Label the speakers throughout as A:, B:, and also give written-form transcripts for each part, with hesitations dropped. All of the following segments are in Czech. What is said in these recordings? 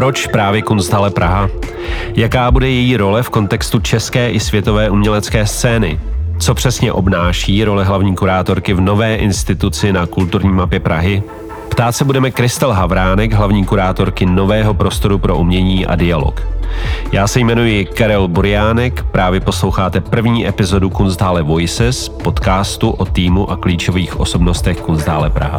A: Proč právě Kunsthalle Praha? Jaká bude její role v kontextu české i světové umělecké scény? Co přesně obnáší role hlavní kurátorky v nové instituci na kulturní mapě Prahy? Ptát se budeme Kristel Havránek, hlavní kurátorky nového prostoru pro umění a dialog. Já se jmenuji Karel Buriánek, právě posloucháte první epizodu Kunsthalle Voices, podcastu o týmu a klíčových osobnostech Kunsthalle Praha.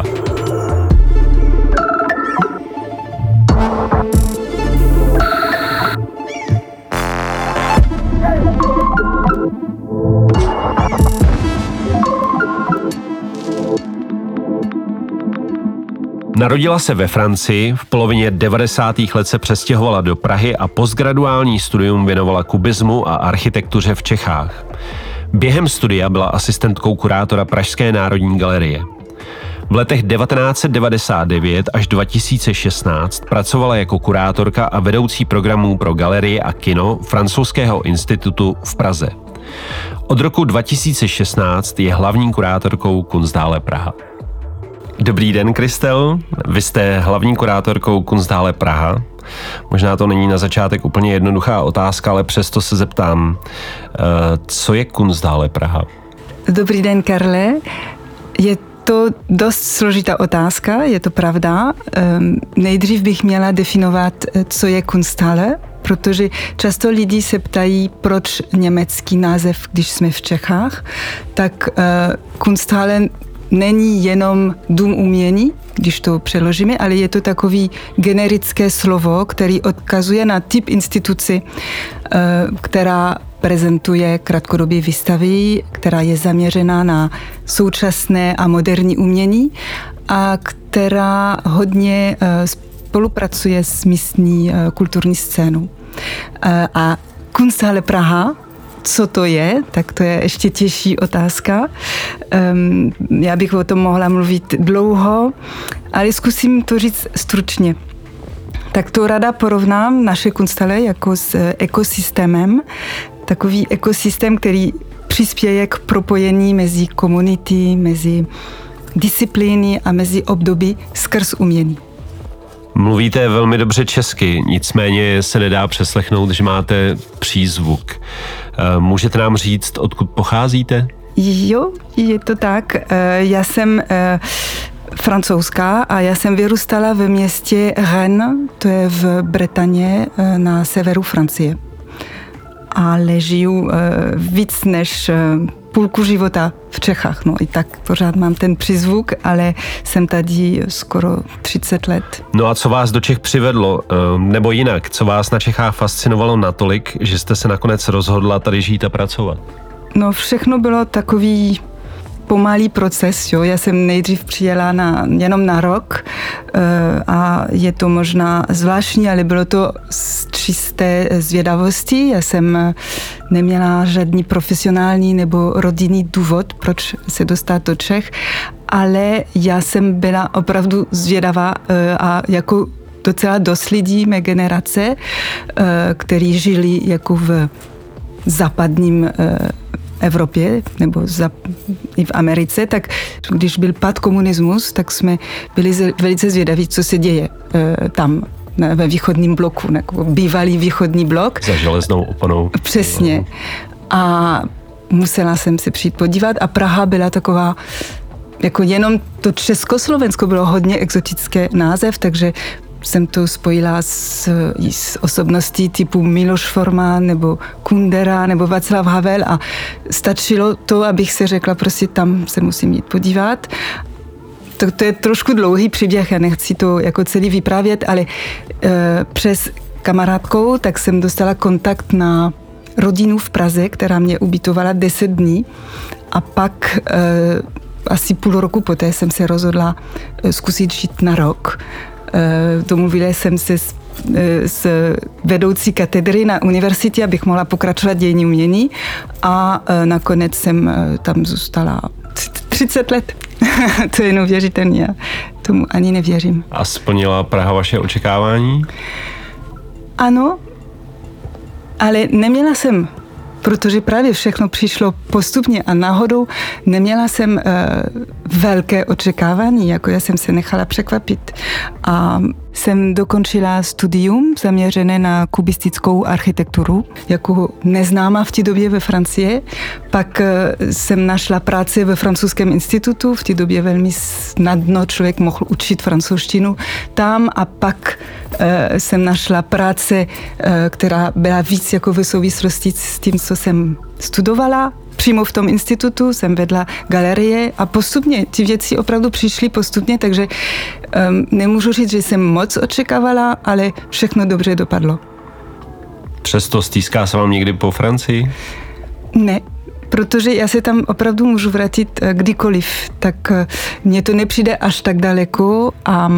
A: Narodila se ve Francii, v polovině 90. let se přestěhovala do Prahy a postgraduální studium věnovala kubismu a architektuře v Čechách. Během studia byla asistentkou kurátora Pražské národní galerie. V letech 1999 až 2016 pracovala jako kurátorka a vedoucí programů pro galerie a kino Francouzského institutu v Praze. Od roku 2016 je hlavní kurátorkou Kunsthalle Praha. Dobrý den, Kristel. Vy jste hlavní kurátorkou Kunsthalle Praha. Možná to není na začátek úplně jednoduchá otázka, ale přesto se zeptám, co je Kunsthalle Praha?
B: Dobrý den, Karle. Je to dost složitá otázka, je to pravda. Nejdřív bych měla definovat, co je Kunsthalle, protože často lidi se ptají, proč německý název, když jsme v Čechách. Tak Kunsthalle není jenom dům umění, když to přeložíme, ale je to takový generické slovo, který odkazuje na typ instituci, která prezentuje krátkodobé výstavy, která je zaměřená na současné a moderní umění a která hodně spolupracuje s místní kulturní scénou. A Kunsthalle Praha, co to je, tak to je ještě těžší otázka. Já bych o tom mohla mluvit dlouho, ale zkusím to říct stručně. Tak to ráda porovnám naše Kunsthalle jako s ekosystémem. Takový ekosystém, který přispěje k propojení mezi komunity, mezi disciplíny a mezi období skrz umění.
A: Mluvíte velmi dobře česky, nicméně se nedá přeslechnout, že máte přízvuk. Můžete nám říct, odkud pocházíte?
B: Jo, je to tak. Já jsem francouzská a já jsem vyrůstala ve městě Rennes, to je v Bretaně na severu Francie. Ale žiju víc než půlku života v Čechách. No i tak pořád mám ten přízvuk, ale jsem tady skoro 30 let.
A: No a co vás do Čech přivedlo? Nebo jinak, co vás na Čechách fascinovalo natolik, že jste se nakonec rozhodla tady žít a pracovat?
B: No všechno bylo takový pomalý proces. Jo. Já jsem nejdřív přijela jenom na rok a je to možná zvláštní, ale bylo to z čisté zvědavosti. Já jsem neměla žádný profesionální nebo rodinný důvod, proč se dostat do Čech, ale já jsem byla opravdu zvědavá a jako docela dost lidí mé generace, kteří žili jako v západním Evropě nebo i v Americe, tak když byl pád komunismus, tak jsme byli velice zvědaví, co se děje tam ve východním bloku, jako bývalý východní blok.
A: Za železnou oponou.
B: Přesně. A musela jsem se přijít podívat a Praha byla taková, jako jenom to Československo bylo hodně exotický název, takže jsem to spojila s osobností typu Miloš Forman nebo Kundera nebo Václav Havel a stačilo to, abych se řekla, prostě tam se musím jít podívat. To je trošku dlouhý příběh, já nechci to jako celý vyprávět, ale přes kamarádkou tak jsem dostala kontakt na rodinu v Praze, která mě ubytovala 10 dní a pak asi půl roku poté jsem se rozhodla zkusit žít na rok. Domluvila jsem se s vedoucí katedry na univerzitě, abych mohla pokračovat dějiny umění a nakonec jsem tam zůstala 30 let. To je neuvěřitelné, já tomu ani nevěřím.
A: A splnila Praha vaše očekávání?
B: Ano, ale neměla jsem, protože právě všechno přišlo postupně a náhodou, neměla jsem velké očekávání, jako já jsem se nechala překvapit. A jsem dokončila studium zaměřené na kubistickou architekturu, jako neznámá v té době ve Francii. Pak jsem našla práci ve francouzském institutu, v té době velmi snadno člověk mohl učit francouzštinu tam a pak jsem našla práci, která byla víc jako ve souvislosti s tím, co jsem studovala. Přímo v tom institutu jsem vedla galerie a postupně ty věci opravdu přišly postupně, takže nemůžu říct, že jsem moc očekávala, ale všechno dobře dopadlo.
A: Přesto stýská se vám někdy po Francii?
B: Ne, protože já se tam opravdu můžu vrátit kdykoliv, tak mně to nepřijde až tak daleko a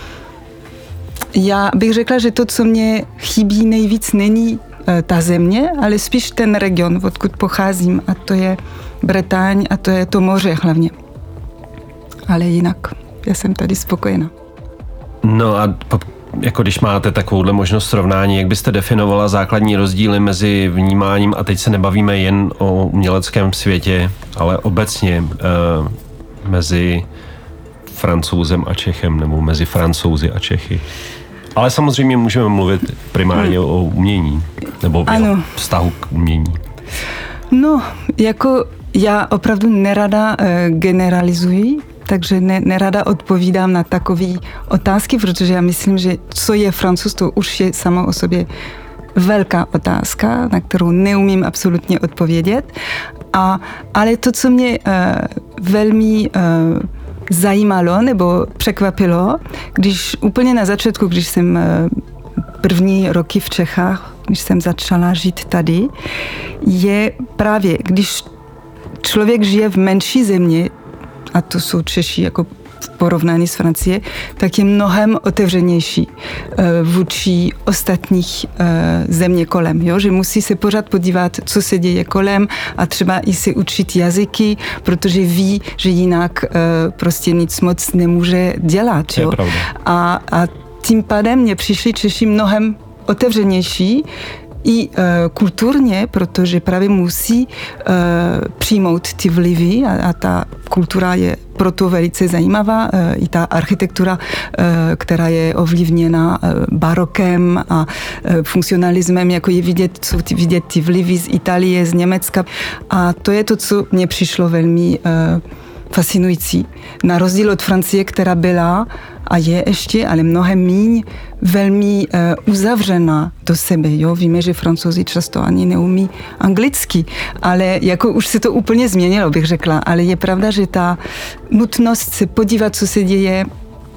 B: já bych řekla, že to, co mě chybí nejvíc, není ta země, ale spíš ten region, odkud pocházím, a to je Bretaň a to je to moře hlavně. Ale jinak, já jsem tady spokojená.
A: No a jako když máte takovouhle možnost srovnání, jak byste definovala základní rozdíly mezi vnímáním, a teď se nebavíme jen o uměleckém světě, ale obecně mezi Francouzem a Čechem, nebo mezi Francouzi a Čechy? Ale samozřejmě můžeme mluvit primárně o umění, nebo o vztahu k umění.
B: No, jako já opravdu nerada generalizuji, takže nerada odpovídám na takové otázky, protože já myslím, že co je Francouz, to už je samo o sobě velká otázka, na kterou neumím absolutně odpovědět. Ale to, co mě velmi zajímalo nebo překvapilo, když úplně na začátku, když jsem první roky v Čechách, když jsem začala žít tady, je právě, když člověk žije v menší země, a to jsou Češi jako v porovnání s Francie, tak je mnohem otevřenější vůči ostatních země kolem. Jo? Že musí se pořád podívat, co se děje kolem a třeba i se učit jazyky, protože ví, že jinak prostě nic moc nemůže dělat. Jo? A tím pádem mě přišli Češi mnohem otevřenější i kulturně, protože právě musí přijmout ty vlivy a ta kultura je proto velice zajímavá. I ta architektura, která je ovlivněna barokem a funkcionalismem, jako je vidět ty vlivy z Itálie, z Německa. A to je to, co mně přišlo velmi fascinující. Na rozdíl od Francie, která byla a je ještě, ale mnohem míň, velmi uzavřená do sebe. Jo? Víme, že Francouzi často ani neumí anglicky, ale jako už se to úplně změnilo, bych řekla. Ale je pravda, že ta nutnost se podívat, co se děje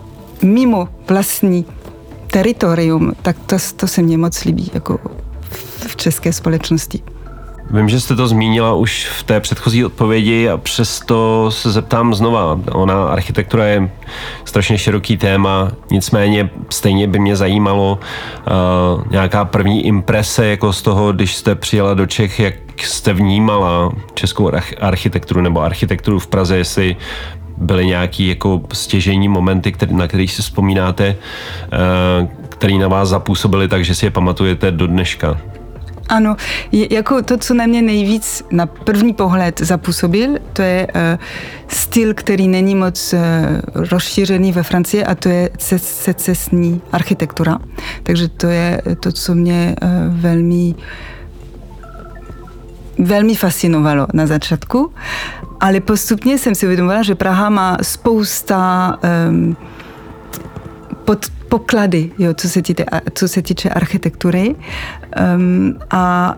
B: mimo vlastní teritorium, tak to se mně moc líbí jako v české společnosti.
A: Vím, že jste to zmínila už v té předchozí odpovědi a přesto se zeptám znova. Ona architektura je strašně široký téma, nicméně stejně by mě zajímalo nějaká první imprese jako z toho, když jste přijela do Čech, jak jste vnímala českou architekturu nebo architekturu v Praze, jestli byly nějaký jako stěžejní momenty, na kterých si vzpomínáte, který na vás zapůsobily, takže si je pamatujete do dneška.
B: Ano, jako to, co na mě nejvíc na první pohled zapůsobil, to je styl, který není moc rozšířený ve Francii, a to je secesní architektura. Takže to je to, co mě velmi fascinovalo na začátku, ale postupně jsem si uvědomila, že Praha má spousta poklady, jo, co se týče architektury, a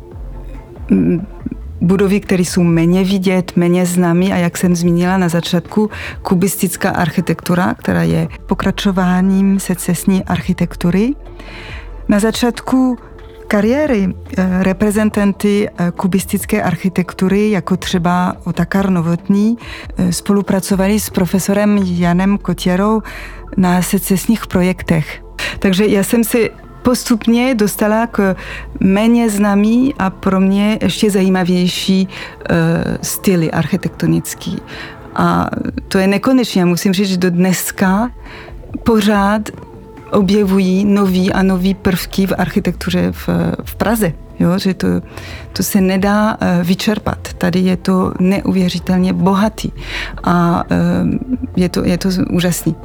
B: budovy, které jsou méně vidět, méně známé, a jak jsem zmínila na začátku, kubistická architektura, která je pokračováním secesní architektury. Na začátku kariéry reprezentanty kubistické architektury, jako třeba Otakar Novotný, spolupracovali s profesorem Janem Kotěrou na secesních projektech. Takže já jsem se postupně dostala k méně známý a pro mě ještě zajímavější styly architektonický. A to je nekonečné. Musím říct, že do dneska pořád objevují nový prvky v architektuře v Praze. Jo, že to se nedá vyčerpat. Tady je to neuvěřitelně bohatý a je to úžasný.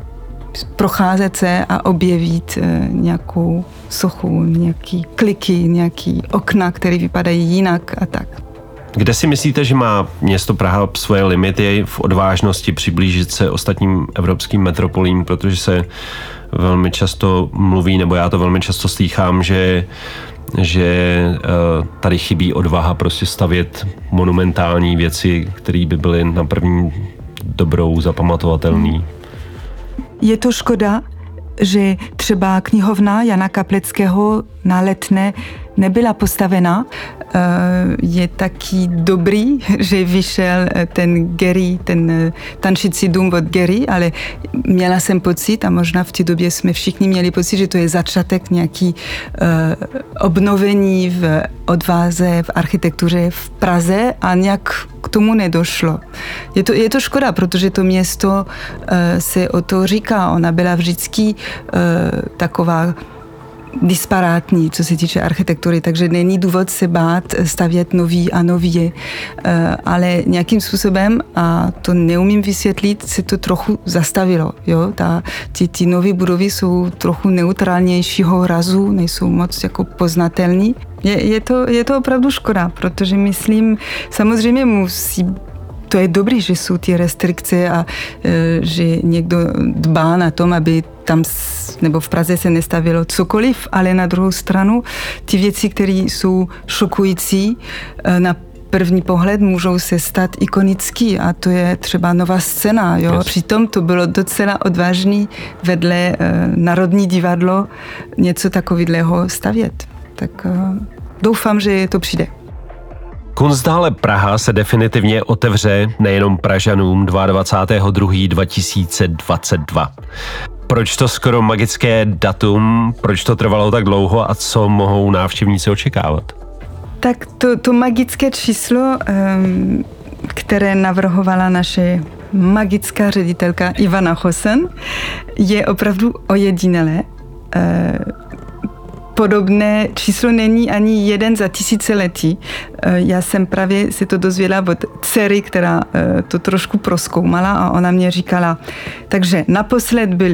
B: procházet se a objevit nějakou sochu, nějaký kliky, nějaký okna, které vypadají jinak a tak.
A: Kde si myslíte, že má město Praha svoje limity v odvážnosti přiblížit se ostatním evropským metropolím, protože se velmi často mluví, nebo já to velmi často slýchám, že tady chybí odvaha prostě stavět monumentální věci, které by byly na první dobrou zapamatovatelný.
B: Je to škoda, že třeba knihovna Jana Kapleckého na Letné nebyla postavena. Je taky dobrý, že vyšel ten Gehry, ten tančící dům od Gehry, ale měla jsem pocit, a možná v té době jsme všichni měli pocit, že to je začátek nějaký obnovení v odvaze, v architektuře v Praze a nějak k tomu nedošlo. Je to škoda, protože to město se o to říká. Ona byla vždycky taková disparátní, co se týče architektury, takže není důvod se bát stavět nový a nově, ale nějakým způsobem, a to neumím vysvětlit, se to trochu zastavilo. Jo? Ty nové budovy jsou trochu neutrálnějšího razu, nejsou moc jako poznatelný. Je to opravdu škoda, protože myslím, samozřejmě to je dobrý, že jsou ty restrikce a že někdo dbá na tom, aby tam nebo v Praze se nestavilo cokoliv, ale na druhou stranu ty věci, které jsou šokující na první pohled, můžou se stát ikonický a to je třeba Nová scéna. Jo? Yes. Přitom to bylo docela odvážný vedle Národní divadlo něco takového stavět. Tak doufám, že to přijde.
A: Kunsthalle Praha se definitivně otevře nejenom Pražanům 22.2.2022. Proč to skoro magické datum, proč to trvalo tak dlouho a co mohou návštěvníci očekávat?
B: Tak to magické číslo, které navrhovala naše magická ředitelka Ivana Hosen, je opravdu ojedinělé. Podobné číslo není ani jeden za tisíciletí. Já jsem právě se to dozvěděla od dcery, která to trošku prozkoumala a ona mě říkala, takže naposled byl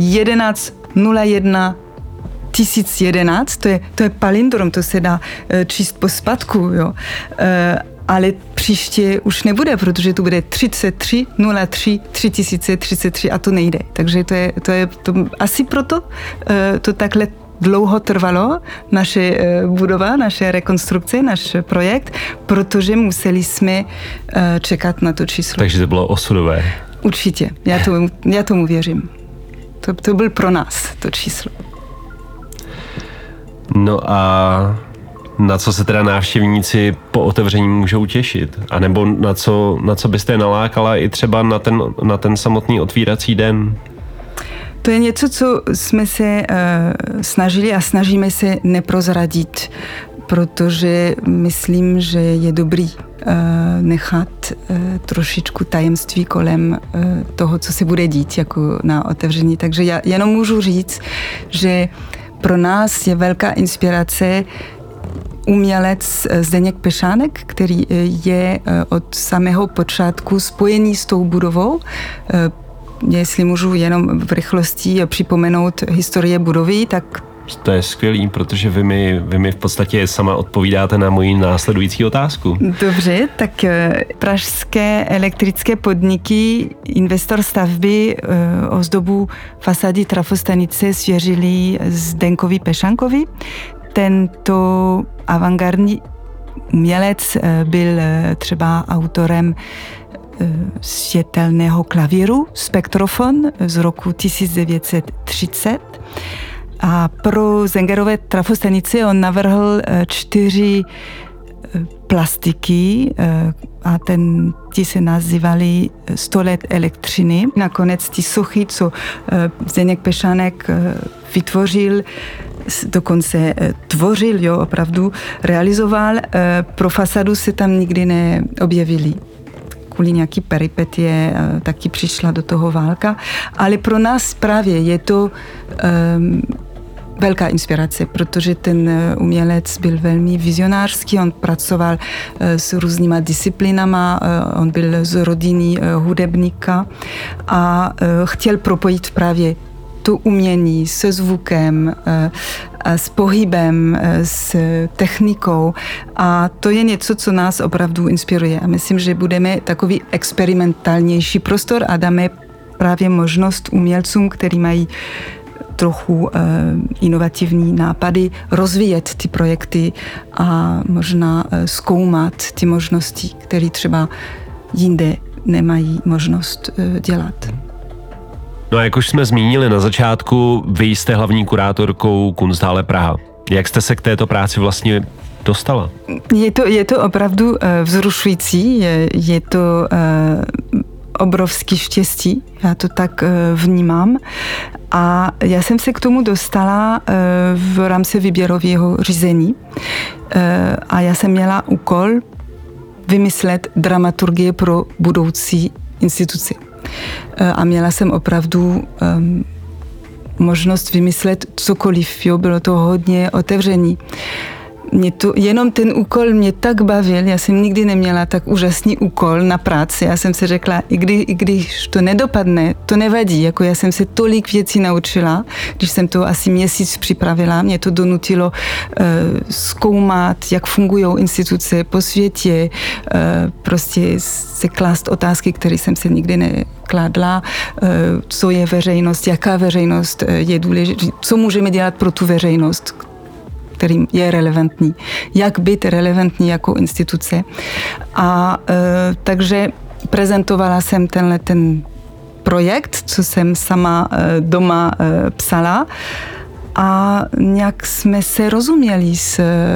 B: 11.01 1011, to je palindrom, to se dá číst po spadku, jo. Ale příště už nebude, protože to bude 33.03 3033 a to nejde. Takže to je asi proto to takhle dlouho trvalo, naše budova, naše rekonstrukce, náš projekt, protože museli jsme čekat na to číslo.
A: Takže to bylo osudové.
B: Určitě, já tomu věřím. To byl pro nás to číslo.
A: No a na co se teda návštěvníci po otevření můžou těšit? A nebo na co byste nalákala i třeba na ten samotný otvírací den?
B: To je něco, co jsme se snažili a snažíme se neprozradit, protože myslím, že je dobrý nechat trošičku tajemství kolem toho, co se bude dít jako na otevření. Takže já jenom můžu říct, že pro nás je velká inspirace umělec Zdeněk Pešánek, který je od samého počátku spojený s tou budovou. Jestli můžu jenom v rychlosti připomenout historie budovy, tak
A: to je skvělý, protože vy mi v podstatě sama odpovídáte na moji následující otázku.
B: Dobře, tak pražské elektrické podniky, investor stavby ozdobu fasády trafostanice svěřili Zdenkovi Pešánkovi. Tento avantgardní umělec byl třeba autorem světelného klavíru Spektrofon z roku 1930 a pro Zengerové trafostanice on navrhl 4 plastiky a ti se nazývali 100 let elektřiny. Nakonec ty sochy, co Zdeněk Pešánek vytvořil, dokonce tvořil, jo, opravdu realizoval, pro fasadu se tam nikdy neobjevili. Kvůli nějaký peripetie taky přišla do toho válka, ale pro nás právě je to velká inspirace, protože ten umělec byl velmi vizionářský, on pracoval s různýma disciplinama, on byl z rodiny hudebníka a chtěl propojit právě to umění se zvukem, s pohybem, s technikou a to je něco, co nás opravdu inspiruje. A myslím, že budeme takový experimentálnější prostor a dáme právě možnost umělcům, kteří mají trochu inovativní nápady, rozvíjet ty projekty a možná zkoumat ty možnosti, které třeba jinde nemají možnost dělat.
A: No a jak už jsme zmínili na začátku, vy jste hlavní kurátorkou Kunsthalle Praha. Jak jste se k této práci vlastně dostala?
B: Je to opravdu vzrušující, je to obrovský štěstí, já to tak vnímám. A já jsem se k tomu dostala v rámci výběrového řízení a já jsem měla úkol vymyslet dramaturgie pro budoucí instituci. A měla jsem opravdu možnost vymyslet cokoliv, jo, bylo to hodně otevření. Jenom ten úkol mě tak bavil, já jsem nikdy neměla tak úžasný úkol na práci. Já jsem si řekla, i když to nedopadne, to nevadí. Jako já jsem se tolik věcí naučila, když jsem to asi měsíc připravila, mě to donutilo zkoumat, jak fungují instituce po světě, prostě se klást otázky, které jsem se nikdy nekladla, co je veřejnost, jaká veřejnost je důležitá, co můžeme dělat pro tu veřejnost, který je relevantní. Jak být relevantní jako instituce. A takže prezentovala jsem ten projekt, co jsem sama doma psala a nějak jsme se rozuměli s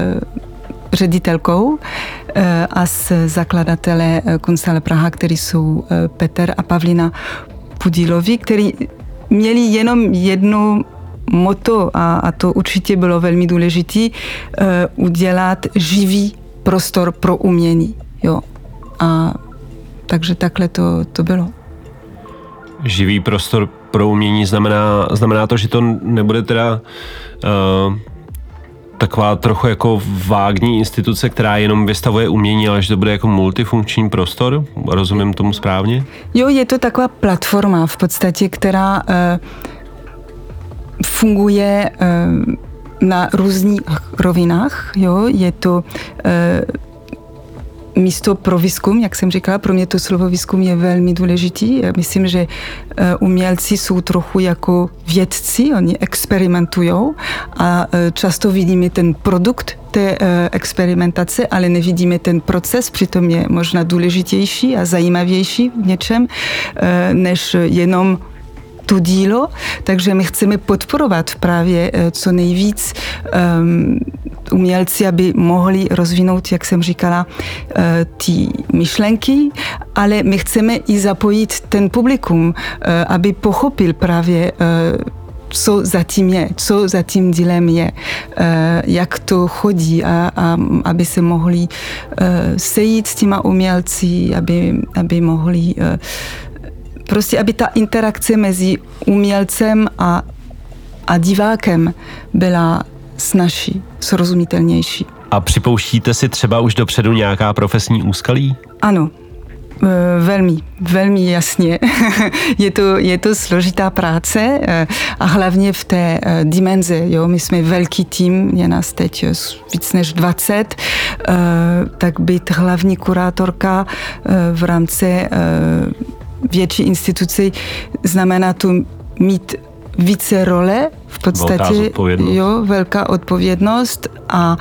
B: ředitelkou a s zakladateli Kunsthalle Praha, který jsou Petr a Pavlína Pudílovi, který měli jenom jednu motto, a to určitě bylo velmi důležité, udělat živý prostor pro umění. Jo. A takže takhle to bylo.
A: Živý prostor pro umění znamená to, že to nebude teda taková trochu jako vágní instituce, která jenom vystavuje umění, ale že to bude jako multifunkční prostor? Rozumím tomu správně?
B: Jo, je to taková platforma v podstatě, která funguje na různých rovinách. Jo? Je to místo pro výzkum, jak jsem říkala, pro mě to slovo výzkum je velmi důležitý. Já myslím, že umělci jsou trochu jako vědci, oni experimentují a často vidíme ten produkt té experimentace, ale nevidíme ten proces, přitom je možná důležitější a zajímavější v něčem, než jenom to dílo, takže my chceme podporovat právě co nejvíc umělci, aby mohli rozvinout, jak jsem říkala, ty myšlenky, ale my chceme i zapojit ten publikum, aby pochopil právě, co zatím je, co za tím dílem je, jak to chodí a aby se mohli sejít s těma umělci, aby mohli prostě, aby ta interakce mezi umělcem a divákem byla snazší, srozumitelnější.
A: A připouštíte si třeba už dopředu nějaká profesní úskalí?
B: Ano, velmi jasně. Je to složitá práce a hlavně v té dimenze. Jo? My jsme velký tým, je nás teď víc než 20, tak být hlavní kurátorka v rámci větší instituci znamená to mít více role, v podstatě velká odpovědnost a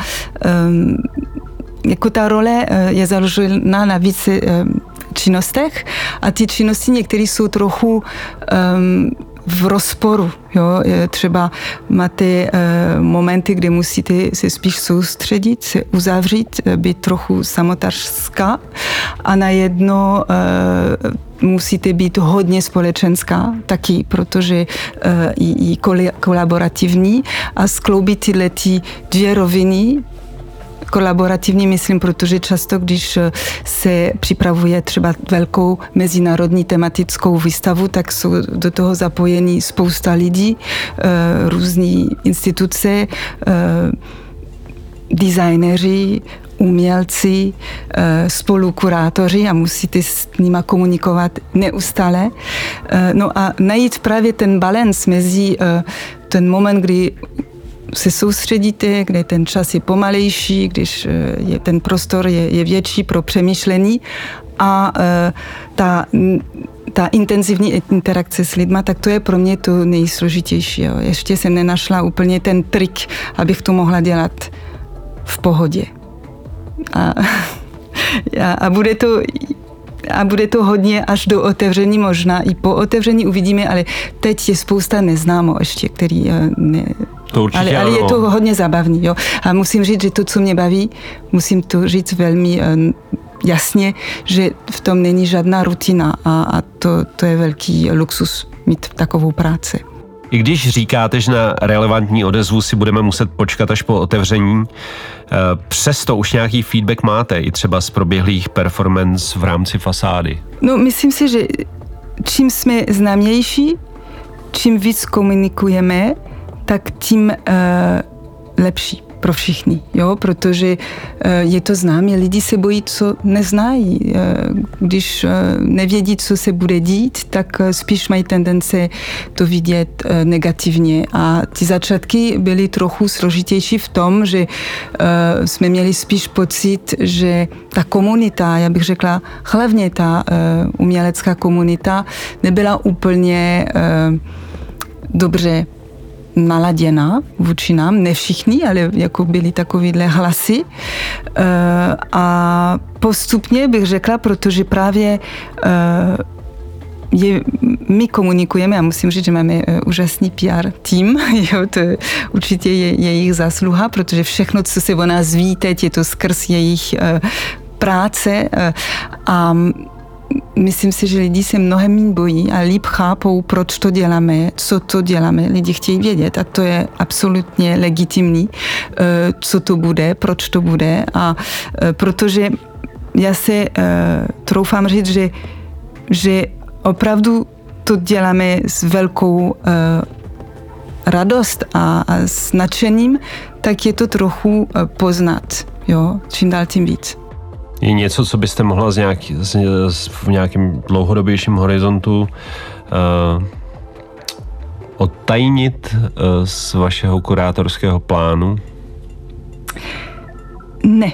B: jako ta role je založena na více činnostech a ty činnosti některé jsou trochu v rozporu. Jo? Třeba máte momenty, kde musíte se spíš soustředit, se uzavřít, být trochu samotářská a najednou musíte být hodně společenská taky, protože i kolaborativní a skloubit tyhle dvě roviny kolaborativní, myslím, protože často, když se připravuje třeba velkou mezinárodní tematickou výstavu, tak jsou do toho zapojení spousta lidí, různý instituce, designéři, umělci, spolukurátoři a musíte s nima komunikovat neustále. No a najít právě ten balans mezi ten moment, kdy se soustředíte, kde ten čas je pomalejší, když ten prostor je větší pro přemýšlení a ta intenzivní interakce s lidma, tak to je pro mě to nejsložitější. Jo. Ještě jsem nenašla úplně ten trik, abych to mohla dělat v pohodě. A bude to hodně až do otevření, možná i po otevření uvidíme, ale teď je spousta neznámo ještě, který ale je to hodně zábavný. Jo? A musím říct, že to, co mě baví, musím to říct velmi jasně, že v tom není žádná rutina a to je velký luxus mít takovou práci.
A: I když říkáte, že na relevantní odezvu si budeme muset počkat až po otevření, přesto už nějaký feedback máte, i třeba z proběhlých performance v rámci fasády?
B: No, myslím si, že čím jsme známější, čím víc komunikujeme, tak tím lepší pro všichni, jo, protože je to známé, lidi se bojí, co neznají. Když nevědí, co se bude dít, tak spíš mají tendence to vidět negativně. A ty začátky byly trochu složitější v tom, že jsme měli spíš pocit, že ta komunita, já bych řekla, hlavně ta umělecká komunita, nebyla úplně dobře naladěna vůči nám, ne všichni, ale jako byly takovýhle hlasy. A postupně bych řekla, protože právě my komunikujeme a musím říct, že máme úžasný PR tým, jo, to určitě je jejich zásluha, protože všechno, co se o nás ví teď, je to skrz jejich práce a myslím si, že lidi se mnohem méně bojí a líp chápou, proč to děláme, co to děláme. Lidi chtějí vědět a to je absolutně legitimní, co to bude, proč to bude a protože já se troufám říct, že opravdu to děláme s velkou radost a s nadšením, tak je to trochu poznat, jo, čím dál tím víc.
A: Je něco, co byste mohla v nějakém dlouhodobějším horizontu odtajnit z vašeho kurátorského plánu?
B: Ne.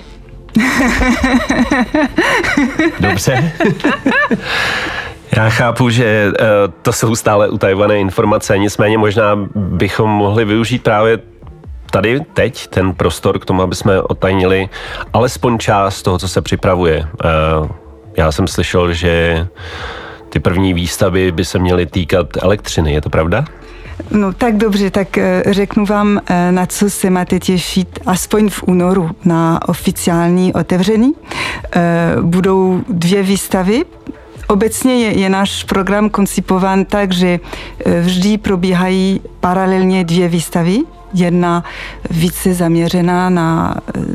A: Dobře. Já chápu, že to jsou stále utajované informace, nicméně možná bychom mohli využít právě tady, teď, ten prostor k tomu, aby jsme odtajnili alespoň část toho, co se připravuje. Já jsem slyšel, že ty první výstavy by se měly týkat elektřiny, je to pravda?
B: No tak dobře, tak řeknu vám, na co se máte těšit, aspoň v únoru na oficiální otevření. Budou 2 výstavy. Obecně je náš program koncipován tak, že vždy probíhají paralelně 2 výstavy. Jedna více zaměřená na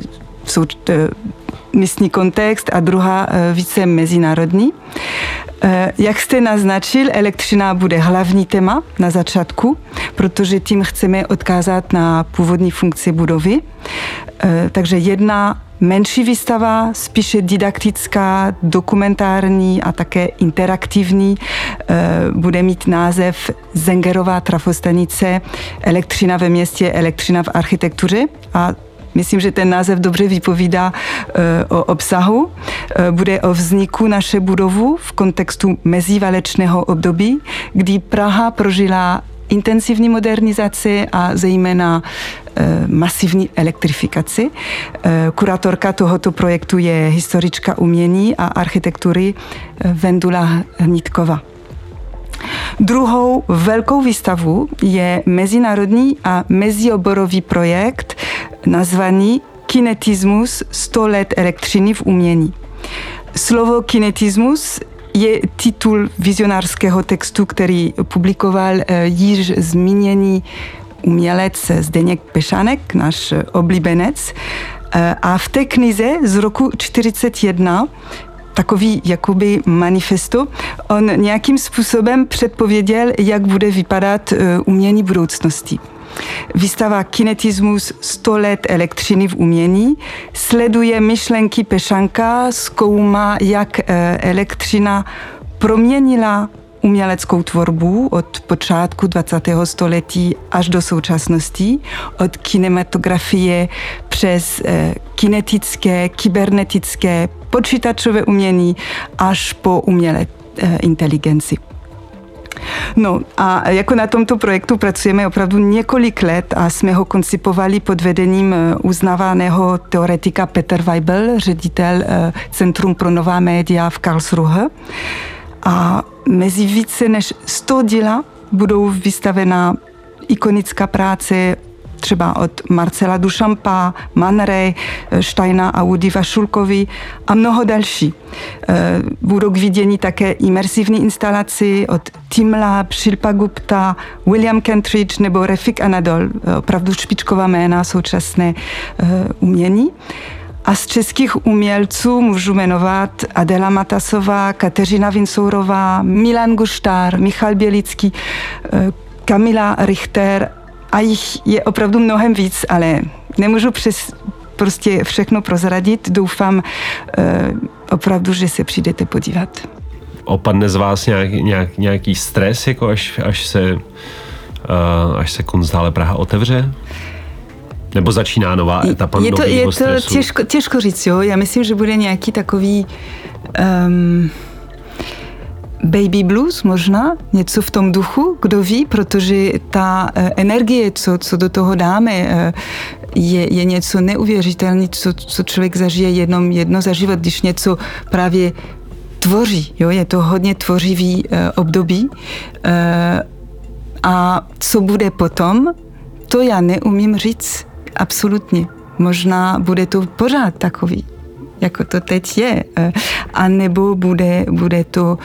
B: místní kontext a druhá více mezinárodní. Jak jste naznačil, elektřina bude hlavní téma na začátku, protože tím chceme odkázat na původní funkci budovy. Takže jedna menší výstava, spíše didaktická, dokumentární a také interaktivní, bude mít název Zengerová trafostanice, elektřina ve městě, elektřina v architektuře a myslím, že ten název dobře vypovídá o obsahu. Bude o vzniku naše budovu v kontextu meziválečného období, kdy Praha prožila intenzivní modernizaci a zejména masivní elektrifikaci. Kurátorka tohoto projektu je historička umění a architektury Vendula Hnítková. Druhou velkou výstavu je mezinárodní a mezioborový projekt nazvaný Kinetismus 100 let elektřiny v umění. Slovo kinetismus je titul vizionářského textu, který publikoval již zmíněný umělec Zdeněk Pešánek, náš oblíbenec. A v té knize z roku 1941 takový jakoby manifesto, on nějakým způsobem předpověděl, jak bude vypadat umění budoucnosti. Výstava Kinetismus 100 let elektřiny v umění sleduje myšlenky Pešanka, zkoumá, jak elektřina proměnila uměleckou tvorbu od počátku 20. století až do současnosti, od kinematografie přes kinetické, kybernetické, počítačové umění až po umělé inteligenci. No a jako na tomto projektu pracujeme opravdu několik let a jsme ho koncipovali pod vedením uznávaného teoretika Peter Weibel, ředitel Centrum pro nová média v Karlsruhe. A mezi více než 100 díla budou vystavena ikonická práce třeba od Marcela Duchampa, Man Ray, Steina a Woody Vašulkovi a mnoho další. Budou k vidění také imersivní instalaci od Timla, Shilpa Gupta, William Kentridge nebo Refik Anadol, opravdu špičková jména současné umění. A z českých umělců můžu jmenovat Adela Matasová, Kateřina Vinsourová, Milan Guštár, Michal Bělický, Kamila Richter a jich je opravdu mnohem víc, ale nemůžu prostě všechno prozradit. Doufám opravdu, že se přijdete podívat.
A: Opadne z vás nějaký stres, jako až se Kunsthalle Praha otevře? Nebo začíná nová etapa nového stresu?
B: Je to těžko říct, jo. Já myslím, že bude nějaký takový baby blues možná, něco v tom duchu, kdo ví, protože ta energie, co do toho dáme, je něco neuvěřitelné, co člověk zažije jedno za život, když něco právě tvoří, jo. Je to hodně tvořivý období. A co bude potom, to já neumím říct. Absolutně. Možná bude to pořád takový, jako to teď je. A nebo bude to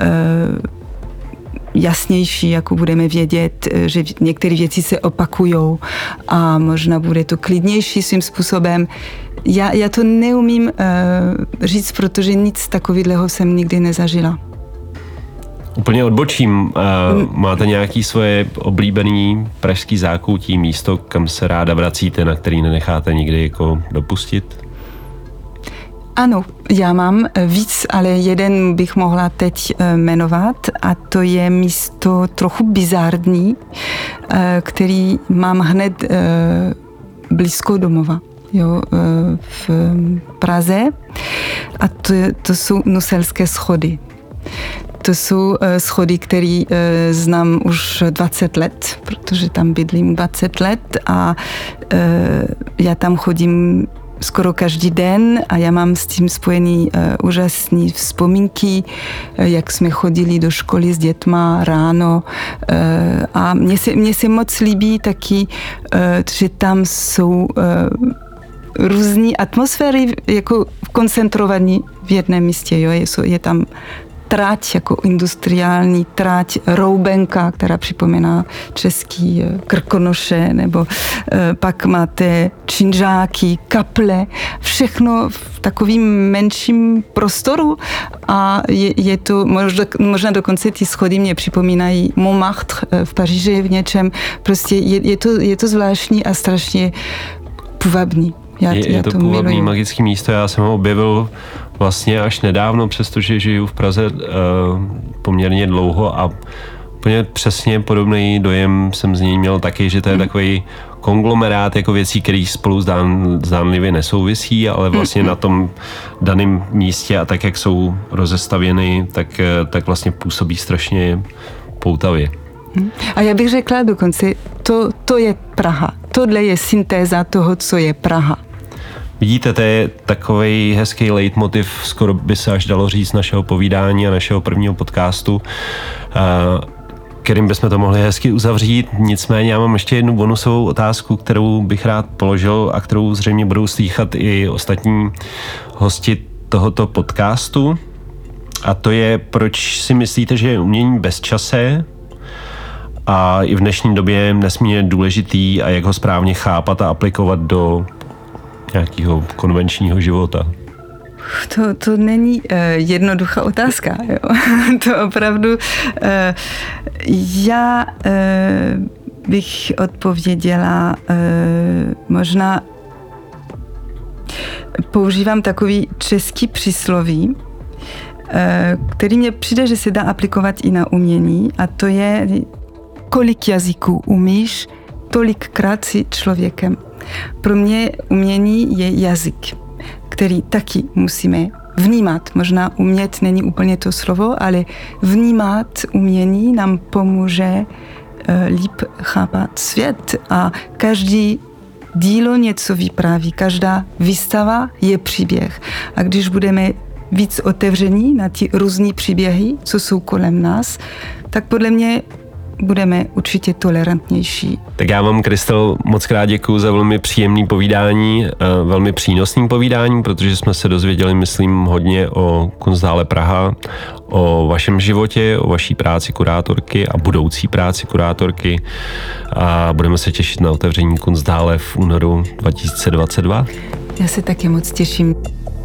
B: jasnější, jako budeme vědět, že některé věci se opakujou a možná bude to klidnější svým způsobem. Já to neumím říct, protože nic takového jsem nikdy nezažila.
A: Úplně odbočím. Máte nějaký svoje oblíbený pražský zákoutí, místo, kam se ráda vracíte, na který nenecháte nikdy jako dopustit?
B: Ano, já mám víc, ale jeden bych mohla teď jmenovat a to je místo trochu bizarní, který mám hned blízko domova. Jo, v Praze a to jsou Nuselské schody. To jsou schody, které znám už 20 let, protože tam bydlím 20 let a já tam chodím skoro každý den a já mám s tím spojený úžasné vzpomínky, jak jsme chodili do školy s dětma ráno a mně se moc líbí taky, že tam jsou různé atmosféry jako koncentrované v jednom místě. Jo? Je tam trať, jako industriální trať, roubenka, která připomíná český Krkonoše, nebo pak máte činžáky, kaple, všechno v takovým menším prostoru a je to, možná dokonce ty schody mě připomínají Montmartre v Paříži v něčem, prostě je to zvláštní a strašně půvabný.
A: Je to půvabný magický místo, já jsem ho objevil vlastně až nedávno, přestože žiju v Praze poměrně dlouho a úplně přesně podobný dojem jsem z něj měl taky, že to je takový konglomerát jako věcí, které spolu zdánlivě nesouvisí, ale vlastně na tom daném místě a tak, jak jsou rozestavěny, tak vlastně působí strašně poutavě.
B: A já bych řekla dokonce, to je Praha. Tohle je syntéza toho, co je Praha.
A: Vidíte, to je takovej hezký leitmotiv, skoro by se až dalo říct, našeho povídání a našeho prvního podcastu, kterým bychom to mohli hezky uzavřít. Nicméně já mám ještě jednu bonusovou otázku, kterou bych rád položil a kterou zřejmě budou slýchat i ostatní hosti tohoto podcastu. A to je, proč si myslíte, že je umění bezčasé a i v dnešní době nesmírně důležitý a jak ho správně chápat a aplikovat do nějakého konvenčního života?
B: To není jednoduchá otázka. Jo. To opravdu... Já bych odpověděla možná používám takový český přísloví, který mně přijde, že se dá aplikovat i na umění, a to je: kolik jazyků umíš, tolikrát si člověkem. Pro mě umění je jazyk, který taky musíme vnímat. Možná umět není úplně to slovo, ale vnímat umění nám pomůže líp chápat svět, a každý dílo něco vypráví, každá výstava je příběh. A když budeme víc otevření na ty různé příběhy, co jsou kolem nás, tak podle mě budeme určitě tolerantnější.
A: Tak já vám, Kristel, moc krát děkuju za velmi příjemný povídání, velmi přínosný povídání, protože jsme se dozvěděli, myslím, hodně o Kunsthalle Praha, o vašem životě, o vaší práci kurátorky a budoucí práci kurátorky, a budeme se těšit na otevření Kunsthalle v únoru 2022.
B: Já se taky moc těším.